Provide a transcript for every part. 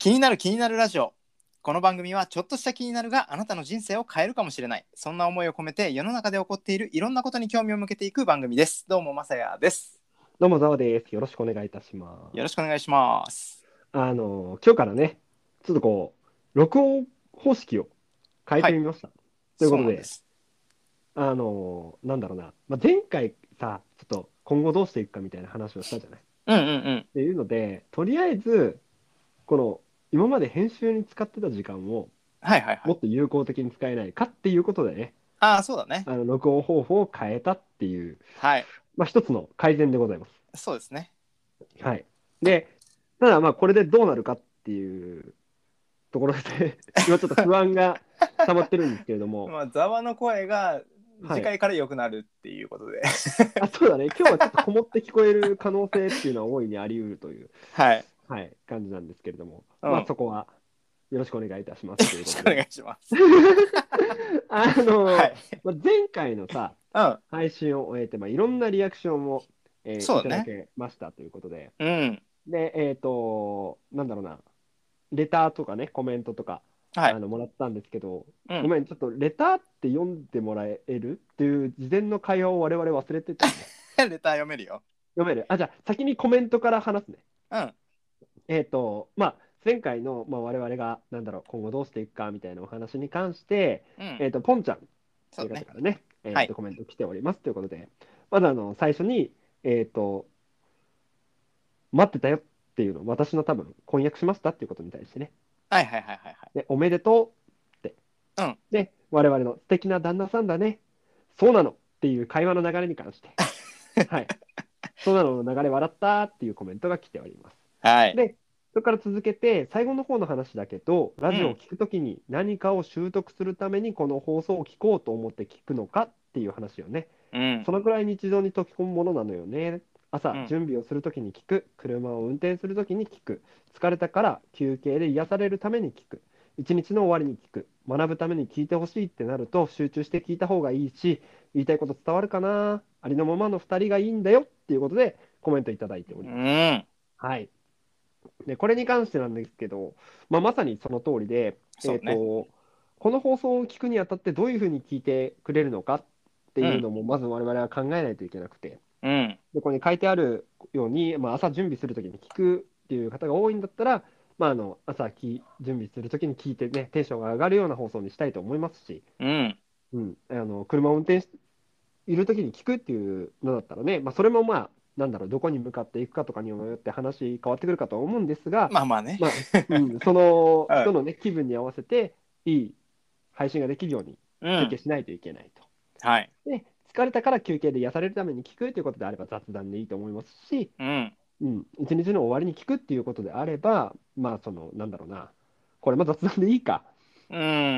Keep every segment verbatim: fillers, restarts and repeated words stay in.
気になる気になるラジオ。この番組はちょっとした気になるがあなたの人生を変えるかもしれない、そんな思いを込めて世の中で起こっているいろんなことに興味を向けていく番組です。どうもまさやです。 どうもざわです。よろしくお願いいたします。 よろしくお願いします。 あの、今日からね、ちょっとこう、録音方式を変えはい、 てみました。ということで、 そうなんです。 あの、なんだろうな、まあ、前回さ、ちょっと今後どうしていくかみたいな話をしたじゃない。っうんうんうん。 ていうので、とりあえず、この、今まで編集に使ってた時間をはいはいはい。 もっと有効的に使えないかっていうことでね、 ああ、そうだね。 あの、録音方法を変えたっていう、 はい、 まあ、一つの改善でございます。 そうですね。 はい。で、ただまあ、これでどうなるかっていうところで今ちょっと不安が溜まってるんですけれども、 まあざわの声がはい。 次回から良くなるっていうことであ、そうだね。今日はちょっとこもって聞こえる可能性っていうのは大いにあり得るという、 はい、 はい、感じなんですけれども、まあうん、よそこはよろしくお願いいたしますということで。 ろしくお願いします。 あの、 はい。 まあ、前回のさ、 うん、 配信を終えて、まあ、いろんなリアクションを、えーいただそうだね。 けましたということで、 うん、 で、えっと、なんだろうな、レターとかね、コメントとか、 はい、 あの、もらったんですけど、 うん。 ごめん、ちょっとレターって読んでもらえるっていう事前の会話を我々忘れてたよね。 レター読めるよ。 読める？あ、じゃあ先にコメントから話すね。 うん、 えっと、まあ、前回の、まあ、我々が、なんだろう、今後どうしていくかみたいなお話に関して、 うん、 えっと、ポンちゃんっていうそうだね。 方からね、えっと、 はい。 コメント来ておりますということで、まずあの、最初に、えっと、待ってたよっていうの、私の多分、婚約しましたっていうことに対してね、 はいはいはいはいはい。 で、おめでとうって、 うん。 で、我々の素敵な旦那さんだね、そうなのっていう会話の流れに関して、はい、そうなのの流れ笑ったっていうコメントが来ております。 はい。 で、そこから続けて、最後の方の話だけど、ラジオをうん。 聞くときに何かを習得するためにこの放送を聞こうと思って聞くのかっていう話をね、 うん。 そのくらい日常に溶け込むものなのよね。朝、 うん。 準備をするときに聞く、車を運転するときに聞く、疲れたから休憩で癒されるために聞く、一日の終わりに聞く、学ぶために聞いてほしいってなると集中して聞いた方がいいし、言いたいこと伝わるかな、ありのままのふたりがいいんだよっていうことでコメントいただいておうります。 ん。 はい。で、これに関してなんですけど、まあ、まさにその通りで、えそうね。 っと、この放送を聞くにあたってどういうふうに聞いてくれるのかってうん。 いうのも、まず我々は考えないといけなくて、 うん。 で、ここに書いてあるように、まあ、朝準備するときに聞くっていう方が多いんだったら、まあ、あの朝き準備するときに聞いてね、テンションが上がるような放送にしたいと思いますし、 うん。 うん、あの車を運転しいるときに聞くっていうのだったらね、まあ、それもまあ、なんだろう、どこに向かっていくかとかにもよって話変わってくるかとは思うんですが、 まあまあね。 まあ、うん、そのうん。 人のね、気分に合わせて、いい配信ができるようにうん。 設計しないといけないと。 はい。 で、疲れたから休憩で癒されるために聞くということであれば雑談でいいと思いますし、 うん。 うん、一日の終わりに聞くっていうことであれば、まあ、その、なんだろうな、これも雑談でいいかうん。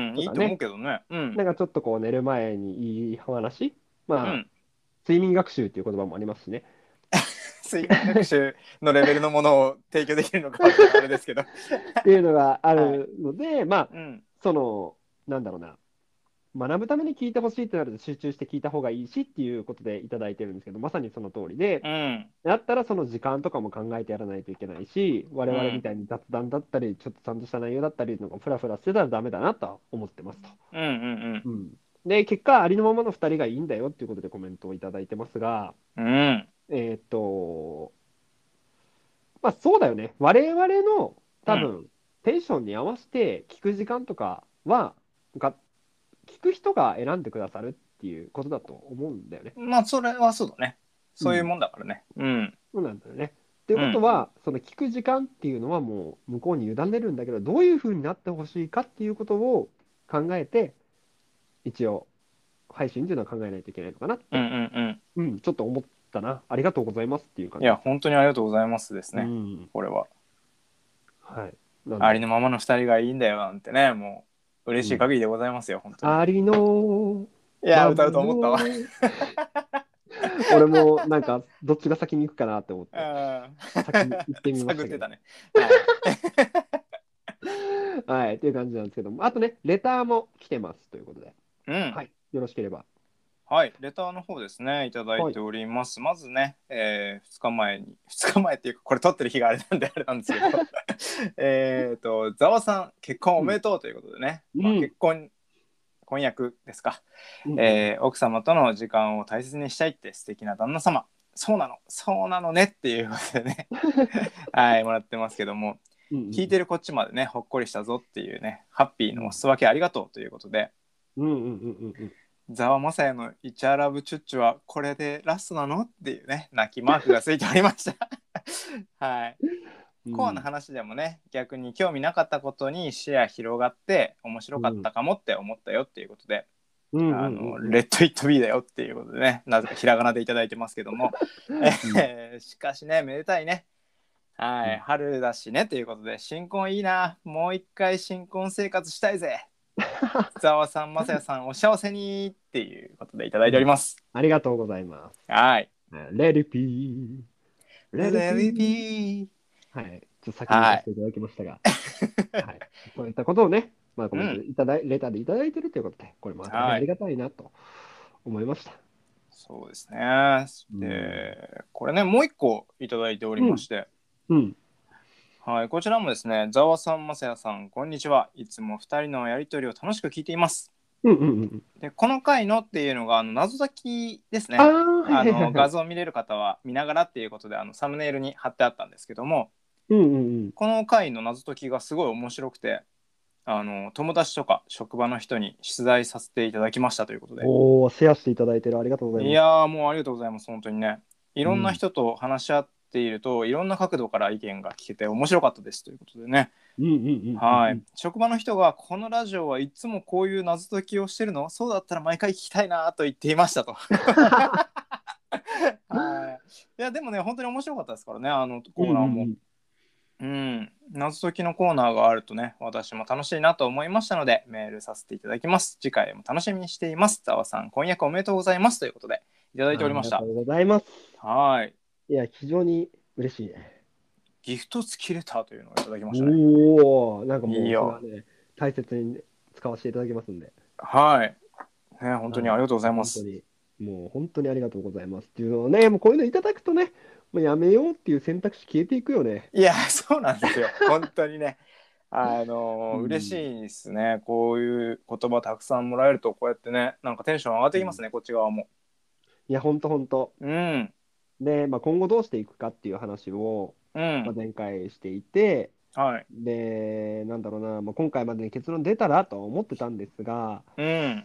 いいと思うとかね、 けどね。うん。 なんかちょっとこう寝る前にいい話、まあ、 うん。 睡眠学習っていう言葉もありますしね。 睡眠学習のレベルのものを提供できるのかはちょっとあれですけど。 っていうのがあはい。 るので、まあ、 うん。 その、なんだろうな、学ぶために聞いてほしいってなると集中して聞いた方がいいしっていうことでいただいてるんですけど、まさにその通りで、 うん。 だったらその時間とかも考えてやらないといけないし、我うん。 々みたいに雑談だったり、ちょっとちゃんとした内容だったりのがフラフラしてたらダメだなとは思ってますと。 うん。うん。 うん。で、結果、ありのままのふたりがいいんだよっていうことでコメントをいただいてますが、 うん。 えーっと、まあそうだよね。我々のうん。 多分、テンションに合わせて聞く時間とかは、が聞く人が選んでくださるっていうことだと思うんだよね。 まあ、それはそうだね。 うん。 そういうもんだからね。うん。 そうなんだよね。といううん。 ことは、その聞く時間っていうのはもう向こうに委ねるんだけど、どういうふうになってほしいかっていうことを考えて、一応、配信っていうのは考えないといけないのかなっうん。うて、 ん。うん。 うん、ちょっと思ったな。ありがとうございますっていういや、 感じです。 本当にありがとうございますですうね。 ん。 これは。 はい。なんで、 ありのままの二人がいいんだよなんてね、もう嬉しいうん。 限りでございますよ、本当に。 ありのいや、 まま歌うと思ったわ。 の俺もなんか、どっちが先に行くかなって思っうて、 ん。 先に行ってみましたけど。 探ってたね。はい。 はい。という感じなんですけども、あとね、レターも来てますということで、 うん。 はい。よろしければ。 はい、レターの方ですね、いただいております。はい、まずね、えー、ふつかまえに、ふつかまえっていうか、これ撮ってる日があれなんであれなんですけど、えっと、ざわさん、結婚おめでとうということでね、 うん、 まあ、結婚、婚約ですか、 うん、 えー、奥様との時間を大切にしたいって素敵な旦那様、そうなの、そうなのねっていうことでね、はい、もらってますけども、 うん、 聞いてるこっちまでね、ほっこりしたぞっていうね、ハッピーうん、 のお裾分けありがとうということで、 うん、うん、うん、うん。 ざわまさやのイチャラブチュッチュはこれでラストなのっていうね、泣きマークがついておりました。はい。コアな話でもね、逆に興味なかったことに視野広がって面白かったかもって思ったよっていうことで、 うん、うん、 あうん、 のうん。 レッド・イット・ビーだよっていうことでね、なぜかひらがなでいただいてますけども、えーしかしね、めでたいね。はい、春だしねということで、新婚いいな、もう一回新婚生活したいぜ。ざわさん、まさやさん、お幸せにっていうことでいただいておりうん。 ます。 ありがとうございます。 はい。 レディピー、レディピ Let it ー。 be。 はい。ちょっと先に行かはい。 せていただきましたが、はい。そういったことをね、まあコメントうん。 いただい、レターでいただいてるということで、これも大変はい。 ありがたいなと思いました。 そうですね。 うん。 で、これね、もう一個いただいておりうん。 まして、 うん。 はい、こちらもですね、ざわさん、まさやさん、こんにちは。いつもふたりのやりとりを楽しく聞いています。 うん。うん。うん。 で、この回のっていうのが、あの謎解きですね。 ああ、はいあはいはいはい。 の画像を見れる方は見ながらっていうことで、あのサムネイルに貼ってあったんですけども、 うんうんうん。 この回の謎解きがすごい面白くて、あの友達とか職場の人に出題させていただきましたということで、 おお、シェアしていただいてる。ありがとうございいます。 やーもうありがとうございます。本当にね、いろんなうん。 人と話し合っているといろんな角度から意見が聞けて面白かったですということでね。 うんうんうんうんはい、 うん。 職場の人がこのラジオはいつもこういう謎解きをしてるの、そうだったら毎回聞きたいなと言っていましたと。はい、いやでもね本当に面白かったですからね、あのうんコーナーも。 うんうん、謎解きのコーナーがあるとね、私も楽しいなと思いましたので、メールさせていただきます。次回も楽しみにしています。ざわさん、婚約おめでとうございますということで、いただいておりました。 ありがとうございます。 はい。 いや、非常に嬉しいね。 ギフト付きレターというのをいただきましたね。 おお、なんかもう、それはいいよ。 ね、大切に使わせていただきますんで。 はい。ね、本当はい。 にありがとうございます。 本当に、もう本当にありがとうございますっていうのをね、もうこういうのいただくとね、もうやめようっていう選択肢消えていくよね。 いや、そうなんですよ。本当にね。あのー嬉しうん。 いですね。こういう言葉たくさんもらえると、こうやってね、なんかテンション上がってうん。 きますね、こっち側も。 いや、本当本当。 うん。 で、まあ、今後どうしていくかっていう話を、まあ、 うん。 前回していて、 はい。 で、なんだろうな、まあ、今回までに結論出たらとは思ってたんですが、 うん。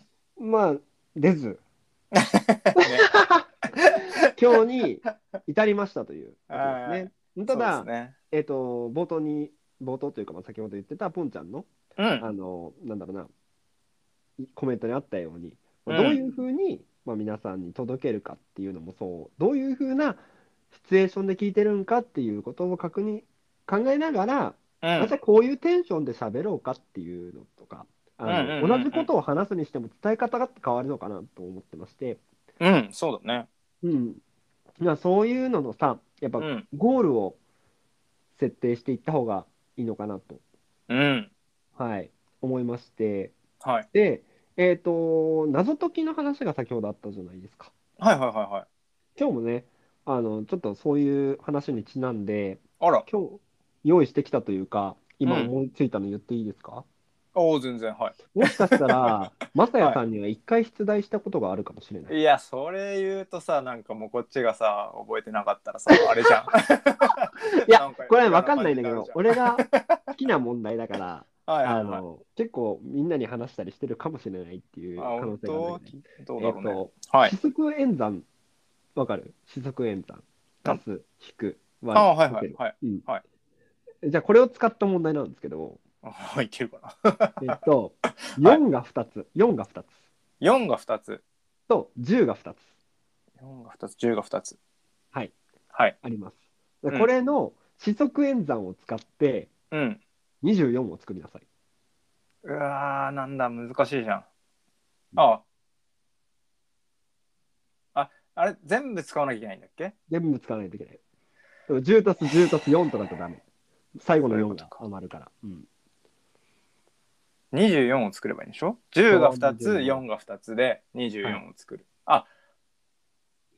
まあ、出ず、 ね。 今日に至りましたということですはね。 い。そうですただ、 ね。 えっと、冒頭に、冒頭というか、まあ、先ほど言ってたポンちゃんの、 うん。 あの、なんだろうな、コメントにあったように、まあ、どういうん。 うふうに、まあ、皆さんに届けるかっていうのもそう、どういうふうなシチュエーションで聞いてるんかっていうことを確認、考えながら、あ、じゃうん。 あこういうテンションで喋ろうかっていうのとか、 うん。うん。 あの、同じこうん。 とを話すにしても伝え方が変わるのかなと思ってまして、 うん。うん、そうだね。 うん。まあ、そういうののさ、やっぱうん。 ゴールを設定していった方がいいのかなと、 うん。 はい、思いまして、 はい。 で、えっと、謎解きの話が先ほどあったじゃないですか。 はいはいはいはい。 今日もね、あの、ちょっとそういう話にちなんで、 あら。 今日用意してきたというか、今うん。 思いついたの言っていいですか？ おお、全然。はい。 もしかしたら、まさやはさんには一回出題したことがあるかもしれない。 い。いや、それ言うとさ、なんかもうこっちがさ、覚えてなかったらさ、あれじゃん。 いや、 なんかこれわかん嫌な感ないんだけど、 じになるじゃん。 俺が好きな問題だから、 はいはいはい。 あの、結構みんなに話したりしてるかもしれないってあ、 いう可能性があるんだ本当けどね。 きどうだろうね。 えっと、 はい。 四則演算、わかる？四則演算。 なん、 足す、引く、割る、 ああ、はいかける。 はいはい。 うん。 はい。 じゃあ、これを使った問題なんですけど、 あ、いけるかえっな。 と、 はい。 よんがふたつ、よんがふたつ、 よんがふたつ。 とじゅうがふたつ。 よんがふたつ、じゅうがふたつ。 はい、 はい。 あります。でこうん。 れの四則演算を使ってうん。 にじゅうよんを作りなさい。 うわー、なんだ、難しいじゃん。 うん。 ああ、あ、あれ、全部使わなきゃいけないんだっけ？ 全部使わないといけない。でもじゅうたすじゅうたすよんとかだとダメ。最後のそういうよんがことか。 余るから。うん。 にじゅうよんを作ればいいんでしょ？ じゅう がそう、 2つ、 にじゅうよん。 よんがふたつではい。 にじゅうよんを作る。あ、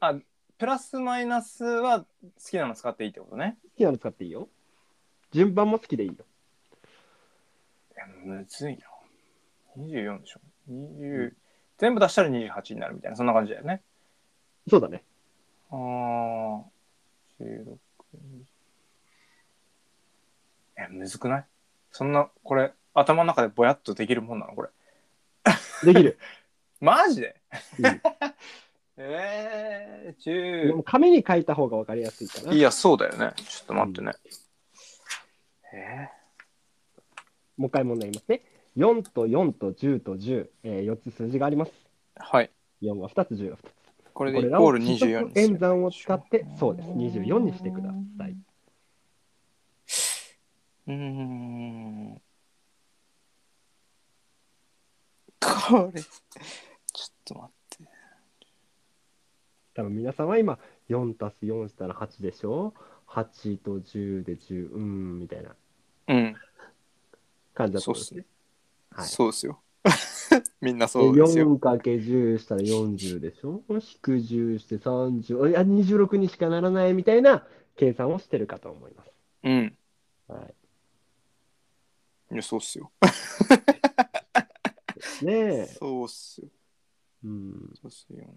あ、プラスマイナスは好きなの使っていいってことね。 好きなの使っていいよ。順番も好きでいいよ。 いや、むずいな。にじゅうよんでしょ。にじゅう、 うん、 全部出したらにじゅうはちになるみたいな、そんな感じだよね。 そうだね。 ああ、じゅうろく、え、むずくない？そんな、これ、頭の中でぼやっとできるもんなのこれ。 できる。 マジで？ うん。 えー、 でもじゅう。 紙に書いた方が分かりやすいかな。 いや、そうだよね。ちょっとうん、 待ってね。えもう一回問題言いますね。よんとよんとじゅうとじゅう、えー、よっつ数字があります。 ー、はい。 よんはふたつ、じゅうはふたつ。 これでこれらをイコール四則にじゅうよんにすれ演算をばいいんでしょ。 使って、そうです。にじゅうよんにしてください。 うーん。これ、ちょっと待って。 多分皆さんは今、よんたすよんしたらはちでしょ？ はち とじゅうでじゅう、うーん、みたいなうん。 感じだとそうっすね。 思いますね。はい。 そうですよ。みんなで、 そうですよ。 よんかけるじゅうしたらよんじゅうでしょ？引くじゅうしてさんじゅう、いや、にじゅうろくにしかならないみたいな計算をしてるかと思います。 うん。 はい。 いや、そうっすよ。 ねえ。 そうっすよ。 うん。 そうっすよ。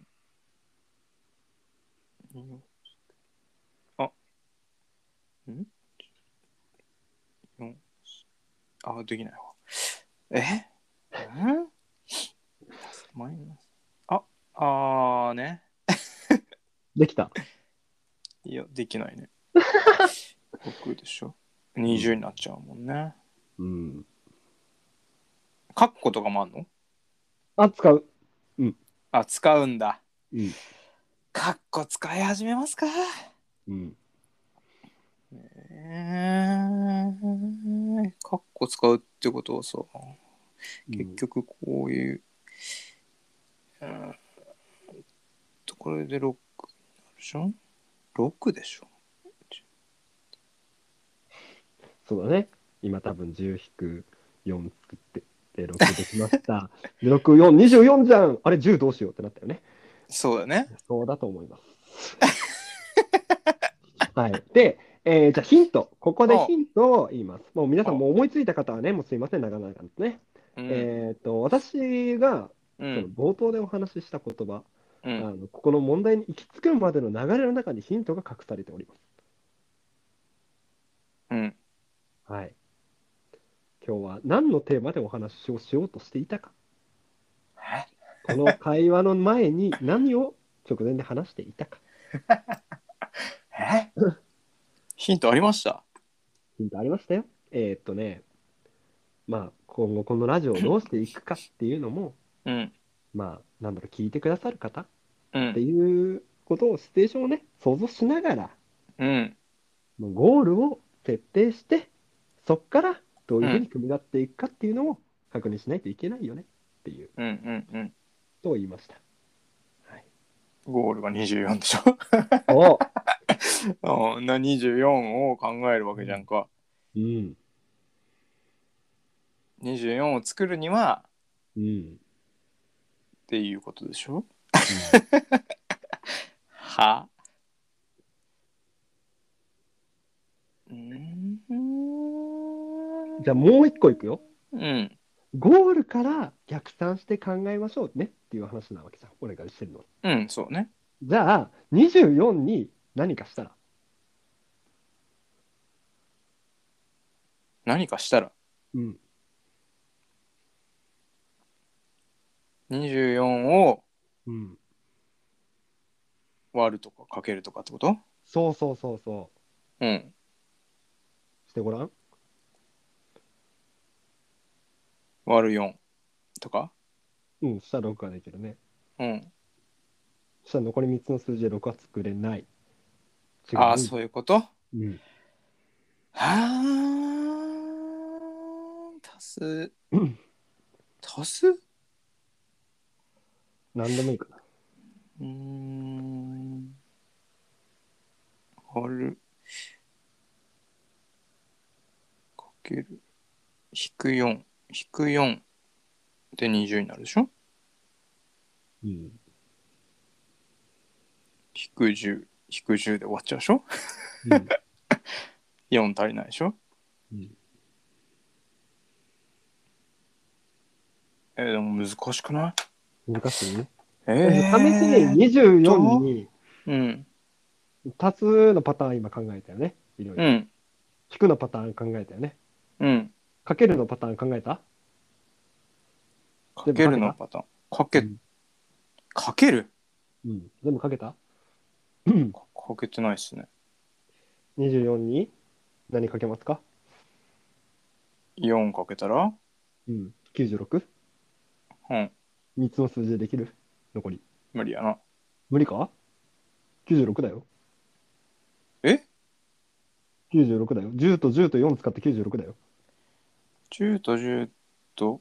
あ、ん ?よん。あ、できないわ。えんマイナス。あ、あーね。 できた。 いや、できないね。ろくでしょ。にじゅううん。 になっちゃうもんね。 うん。 カッコとかもあんの？ あ、使う。うん。 あ、使うんだ。 うん。 カッコ使い始めますか？ うん。 えー、カッコ使うってことはさ、結うん。 局こういう、うんと、これでろくになるでしょ？ ろく でしょ？ そうだね。今多分じゅう引くよん作って、で、ろくできました。で、ろく、よん、にじゅうよんじゃん。あれ、じゅうどうしようってなったよね。 そうだね。 そうだと思います。はい。で、えーじゃあヒント。ここであ、 ヒントを言います。もう皆さんあ、 もう思いついた方はね、もうすいません、なかなかですね。 うん、 えっと、私がそのうん、 冒頭でお話しした言葉、 うん、 あの、ここの問題に行き着くまでの流れの中にヒントが隠されております。 うん。 はい。今日は何のテーマでお話をしようとしていたか。この会話の前に何を直前で話していたか。 ええヒントありました？ ヒントありましたよ。えーっとね、まあ、今後このラジオをどうしていくかっていうのも、 うん、 まあ、なんだろう、聞いてくださる方ってうん、 いうことを、シチュエーションをね、想像しながら、 うん、 もうゴールを設定して、そっからどういうふうにうん、 組み立っていくかっていうのを確認しないといけないよねっていううん、うん、うん。 とを言いました。はい。 ゴールがにじゅうよんでしょ？ お、 あなにじゅうよんを考えるわうん。 けじゃんか。 うん。 にじゅうよんを作るにはうん。 っていうことでしょ？ うん。 はうーじゃあもう一個いん。 くよ。 うん。 ゴールから逆算して考えましょうねっていう話なわけじゃん。俺がしてるのは。 うん、そうね。 じゃあ、にじゅうよんに何かしたら、 何かしたらうん。 にじゅうよんをうん。 割るとかかけるとかってこと？ そうそうそうそうん。 う。してごらん。 割るよんとか。 うん。そしたらろくができるね。 うん。 そしたら残りみっつの数字でろくは作れない。違ああ、 う。 そういうこと？ うん。 はあ。足す。足す。 何でもいいかな。 うーん。割る。かける。引くよん。引くよんでにじゅうになるでしょ？ うん。 引くじゅう引くじゅうで終わっちゃうでしょ。 うん。 よん足りないでしょ。 うん、 えー、でも難しくない？ 難しい。 え試しにーっにじゅうよんとにうん足すのパターン今考えたよね。いろいろ。 うん引くのパターン考えたよね。 うんかけるのパターン考えた？ かけ全部かけた？ るのパターンかけうん。 かけるうん。全部かけた？ かかけてないっすね。 にじゅうよんに何かけますか？ よんかけたらうん。きゅうじゅうろく？ うん、 みっ つの数字でできる？残り。 無理やな。 無理か？ きゅうじゅうろく だよ。 えきゅうじゅうろくだよ。じゅうとじゅうとよん使ってきゅうじゅうろくだよ。 じゅうとじゅうと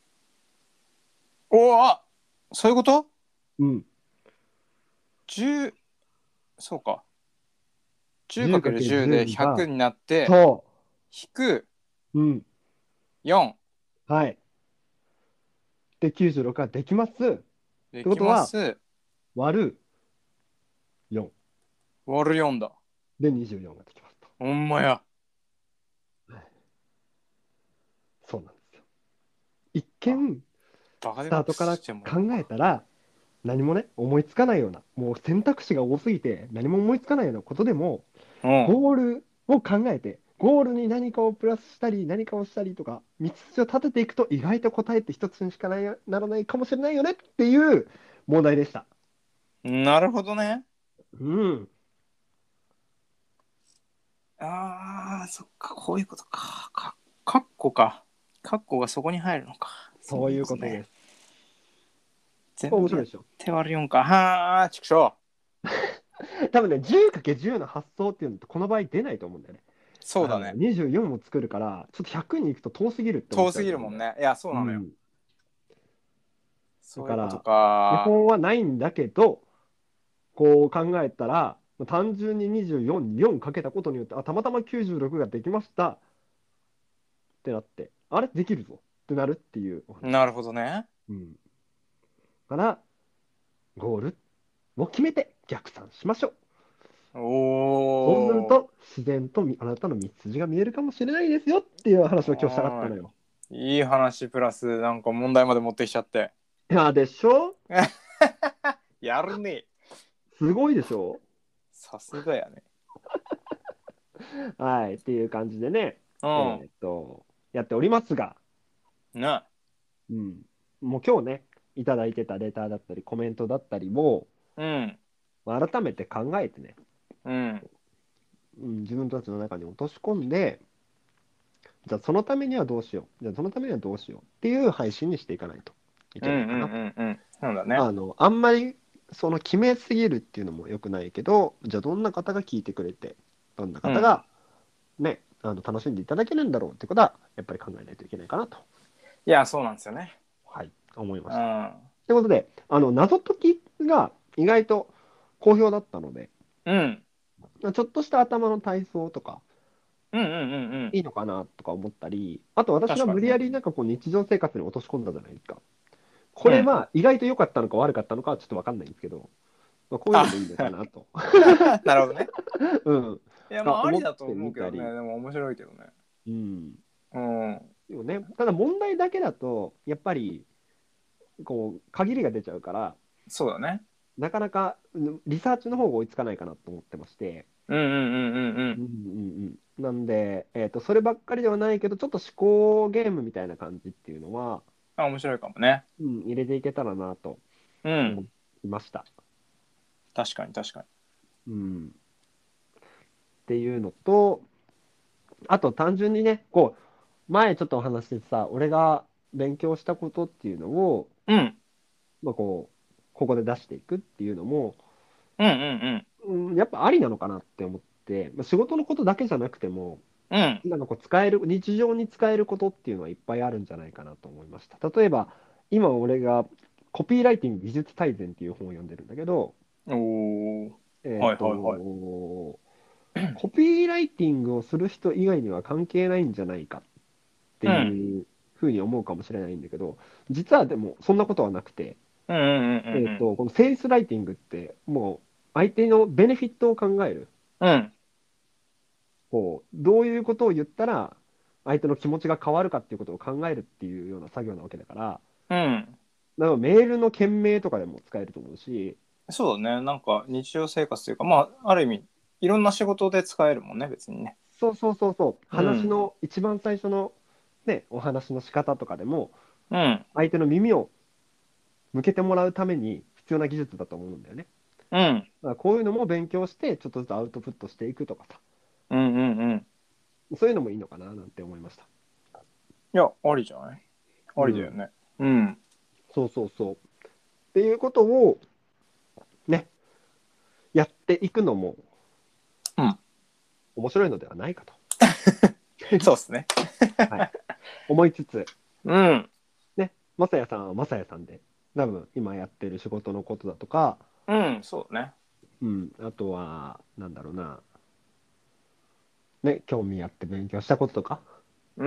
おお、あ、そういうこと？ うん。 じゅう そうか。 じゅうかけるじゅうかけるじゅうじゅうでひゃくが、 になってそ引くう。うん。 よんはい。で、きゅうじゅうろくができます。ってできことは、 ます。 割るよん割るよんだ。 でにじゅうよんができますと。 ほんまや。 はい、そうなんですよ。一あ、 見、スバカでかくタートからしてもいい考のか。 えたら、何もね、思いつかないような、もう選択肢が多すぎて、何も思いつかないようなことでも、 うん。 ゴールを考えて、ゴールに何かをプラスしたり、何かをしたりとか、道筋を立てていくと、意外と答えって一つにしかないならないかもしれないよねっていう問題でした。 なるほどね。 うん。 ああ、そっか、こういうことか。か、かっこか。かっこがそこに入るのか。そうそういうことね。 いうことです。これ全部やっ面白いでしょ。 て割るよんか。はあ、ちくしょ多分ね、じゅうかけるじゅう の発想っていうのってこの場合出ないと思うんだよね。 う。そうあの、 だね。 にじゅうよんを作るから、ちょっとひゃくに行くと遠すぎるって思っ遠すちゃうと思うんだよ。 ぎるもんね。いや、そうなのよ。 うん。だそういうことから、基か。 本はないんだけど、こう考えたら、単純ににじゅうよんによんかけたことによって、あ、たまたまきゅうじゅうろくができましたってなって、あれできるぞってなるっていうお話なるです。 ほどね。 うん。から、ゴールを決めて逆算しましょう。 おそうするー。 と、自然とみあなたの道筋が見えるかもしれないですよっていう話を今日したかったはのよ。 ーい。いい話プラス、なんか問題まで持ってきちゃって。 いや、でしょ？ やるね。 すごいでしょ？ さすがやね。 はい。っていう感じでね、 うん。 えーっと、やっておりますが、 な。 うん。もう今日ね、いただいてたレターだったり、コメントだったりを、 うん。 まあ改めて考えてね、 うん。 うん、自分たちの中に落とし込んで、じゃあそのためにはどうしよう、じゃあそのためにはどうしようっていう配信にしていかないというんうんけないかな。 うんうん。そうだね。 あの、あんまりその決めすぎるっていうのも良くないけど、じゃあどんな方が聞いてくれて、どんなうん。 方がね、あの楽しんでいただけるんだろうってことは、やっぱり考えないといけないかなと、 いや、そうなんですよね。 はい、思いました。 うん。 ということで、あの謎解きが意外と好評だったので、 うん。 ちょっとした頭の体操とか、 うんうんうんうん。 いいのかなとか思ったり、あと私が無理や確かにね。 りなんかこう日常生活に落とし込んだじゃないですか。こうん。 れは意外と良かったのか悪かったのかはちょっと分かんないんですけど、まあ、こういうのあ、 もいいのかなと、 なるほどね。 うん、 いや、まああ、あり思ってだと思うみたり、 けどね。でも面白いけどね。 うん。 うん。 でもね、ただ問題だけだと、やっぱりこう限りが出ちゃうから、 そうだね。 なかなかうんリサーチの方が追いつかないかなと思ってまして、 うんうんうんうんうん。 うんうんうん、なんで、えーと、そればっかりではないけど、ちょっと思考ゲームみたいな感じっていうのは、 あ、面白いかもね。 うん、入れていけたらなとうん。 思いました。 確かに確かに。 うん、っていうのと、あと単純にね、こう、前ちょっとお話ししてさ、俺が勉強したことっていうのを、 うん。 まあ、こう、ここで出していくっていうのも、 うんうんうん、やっぱありなのかなって思って、まあ、仕事のことだけじゃなくても、 うん。うん。 なんかこう使える、日常に使えることっていうのはいっぱいあるんじゃないかなと思いました。例えば、今俺がコピーライティング技術大全っていう本を読んでるんだけど、 おー。 えっはいはいはい。 と、コピーライティングをする人以外には関係ないんじゃないかってうん。 いうふうに思うかもしれないんだけど、実はでもそんなことはなくて、 うんうんうんうんうん。 えっと、このセールスライティングってもう相手のベネフィットを考える。 うんこう、どういうことを言ったら、相手の気持ちが変わるかっていうことを考えるっていうような作業なわけだから、 うんだからメールの件名とかでも使えると思うし、 そうだね。なんか日常生活というか、まあ、ある意味、いろんな仕事で使えるもんね、別にね。 そうそうそうそう、話うん。 の一番最初のね、お話の仕方とかでも、 うん。 相手の耳を向けてもらうために必要な技術だと思うんだよね。 うん。 だからこういうのも勉強して、ちょっとずつアウトプットしていくとかさ、 うんうんうん。 そういうのもいいのかななんて思いました。 いや、ありじゃないあうん、 りだよね。うん。 そうそうそう。っていうことをね、やっていくのもうん。 面白いのではないかと、 そうっすね。 はい、思いつつ、 うん。 ね、まさやさんはまさやさんで、多分今やってる仕事のことだとか、 うん、そうね。 うん、あとは、なんだろうな、ね、興味あって勉強したこととかうん。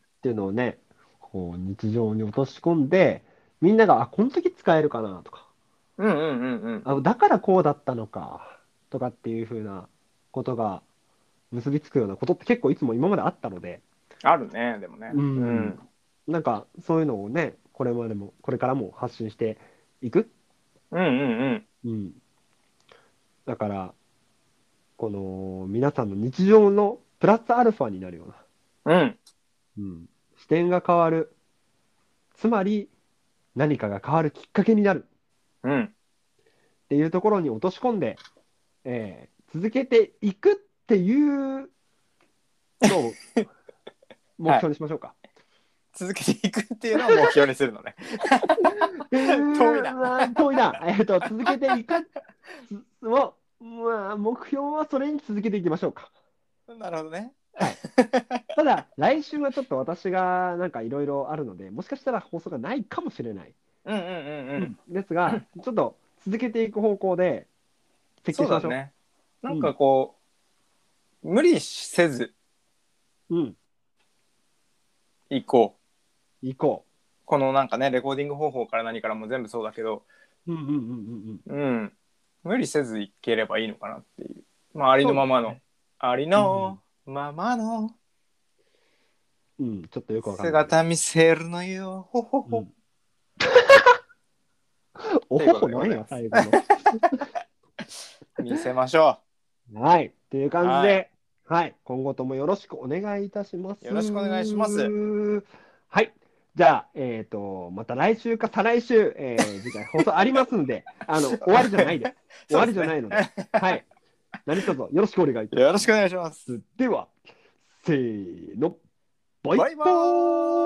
っていうのをね、こう日常に落とし込んで、みんなが、あ、この時使えるかなとか、 うんうんうんうん。 あ、だからこうだったのかとかっていう風なことが結びつくようなことって結構いつも今まであったので、 あるね、でもね。 ううん、 ん。 なんかそういうのをね、これまでも、これからも発信していく。 うんうんうん。 うん。だから、この皆さんの日常のプラスアルファになるような、 うん。 うん、視点が変わる。つまり何かが変わるきっかけになるうん。 っていうところに落とし込んで、えー続けていくっていうのを目はい。 標にしましょうか。 続けていくっていうのを目標にするのね。 え遠いな。 ー、遠いな。えーと、続けていくを、まあ、目標はそれに続けていきましょうか。 なるほどね。 はい。ただ、来週はちょっと私がなんかいろいろあるので、もしかしたら放送がないかもしれない。 うんうんうんうん。 うん。ですが、ちょっと続けていく方向で設計しましょそうだね。なう。 んうん。 かこう、無理せずうん。 行こう。 行ここのなんかね、レコーディング方法から何からも全部そうだけど、 う。うんうんうんうんうん。 うん、無理せずいければいいのかなっていう。まあ、ありそのままの、 うですね。 ありうん。 のままのうん。ちょっとよくわかんないけど。 姿見せるのよ、ほほほ。っうん。おていうことほほなんや、 でございます。 最後の。 見せましょはい。っていうう。はい。 感じで、はい。今後ともよろしくお願いいたします。 よろしくお願いします。 はい。じゃあ、えっと、また来週か再来週、えー次回放送ありますんで、あの、終わりじゃないです。終わりそうですね。 じゃないので、はい。何卒よろしくお願いいたしまよろしくお願いします。 す。では、せーの、バイバイババーイ。 ーイ。